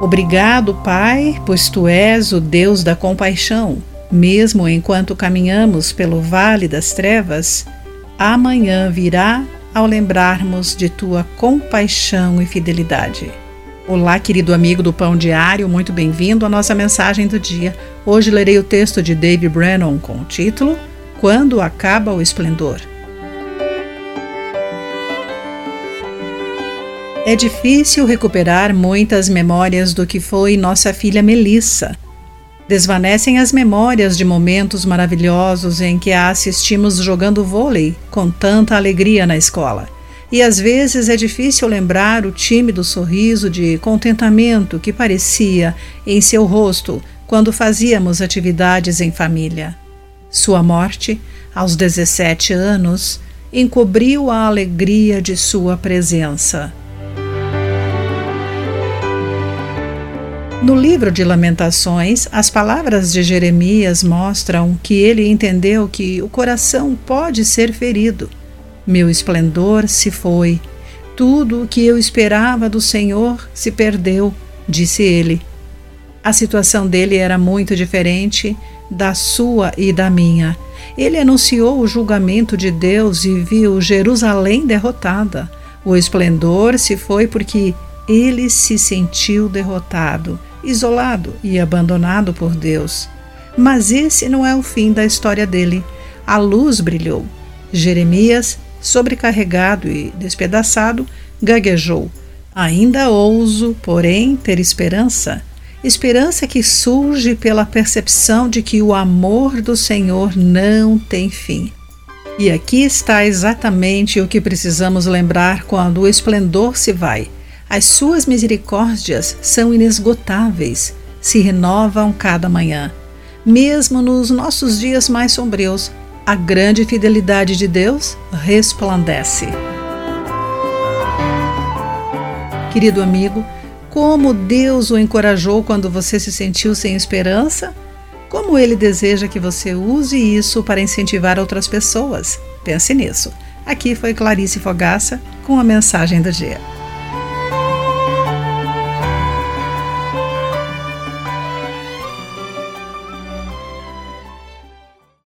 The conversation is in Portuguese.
Obrigado, Pai, pois Tu és o Deus da compaixão. Mesmo enquanto caminhamos pelo vale das trevas, amanhã virá ao lembrarmos de Tua compaixão e fidelidade. Olá, querido amigo do Pão Diário, muito bem-vindo à nossa mensagem do dia. Hoje lerei o texto de David Brainerd com o título Quando Acaba o Esplendor. É difícil recuperar muitas memórias do que foi nossa filha Melissa. Desvanecem as memórias de momentos maravilhosos em que a assistimos jogando vôlei com tanta alegria na escola. E às vezes é difícil lembrar o tímido sorriso de contentamento que parecia em seu rosto quando fazíamos atividades em família. Sua morte, aos 17 anos, encobriu a alegria de sua presença. No livro de Lamentações, as palavras de Jeremias mostram que ele entendeu que o coração pode ser ferido. Meu esplendor se foi. Tudo o que eu esperava do Senhor se perdeu, disse ele. A situação dele era muito diferente da sua e da minha. Ele anunciou o julgamento de Deus e viu Jerusalém derrotada. O esplendor se foi porque ele se sentiu derrotado, isolado e abandonado por Deus. Mas esse não é o fim da história dele. A luz brilhou. Jeremias, sobrecarregado e despedaçado, gaguejou. Ainda ouso, porém, ter esperança. Esperança que surge pela percepção de que o amor do Senhor não tem fim. E aqui está exatamente o que precisamos lembrar quando o esplendor se vai. As suas misericórdias são inesgotáveis, se renovam cada manhã. Mesmo nos nossos dias mais sombrios, a grande fidelidade de Deus resplandece. Querido amigo, como Deus o encorajou quando você se sentiu sem esperança? Como Ele deseja que você use isso para incentivar outras pessoas? Pense nisso. Aqui foi Clarice Fogaça com a mensagem do dia.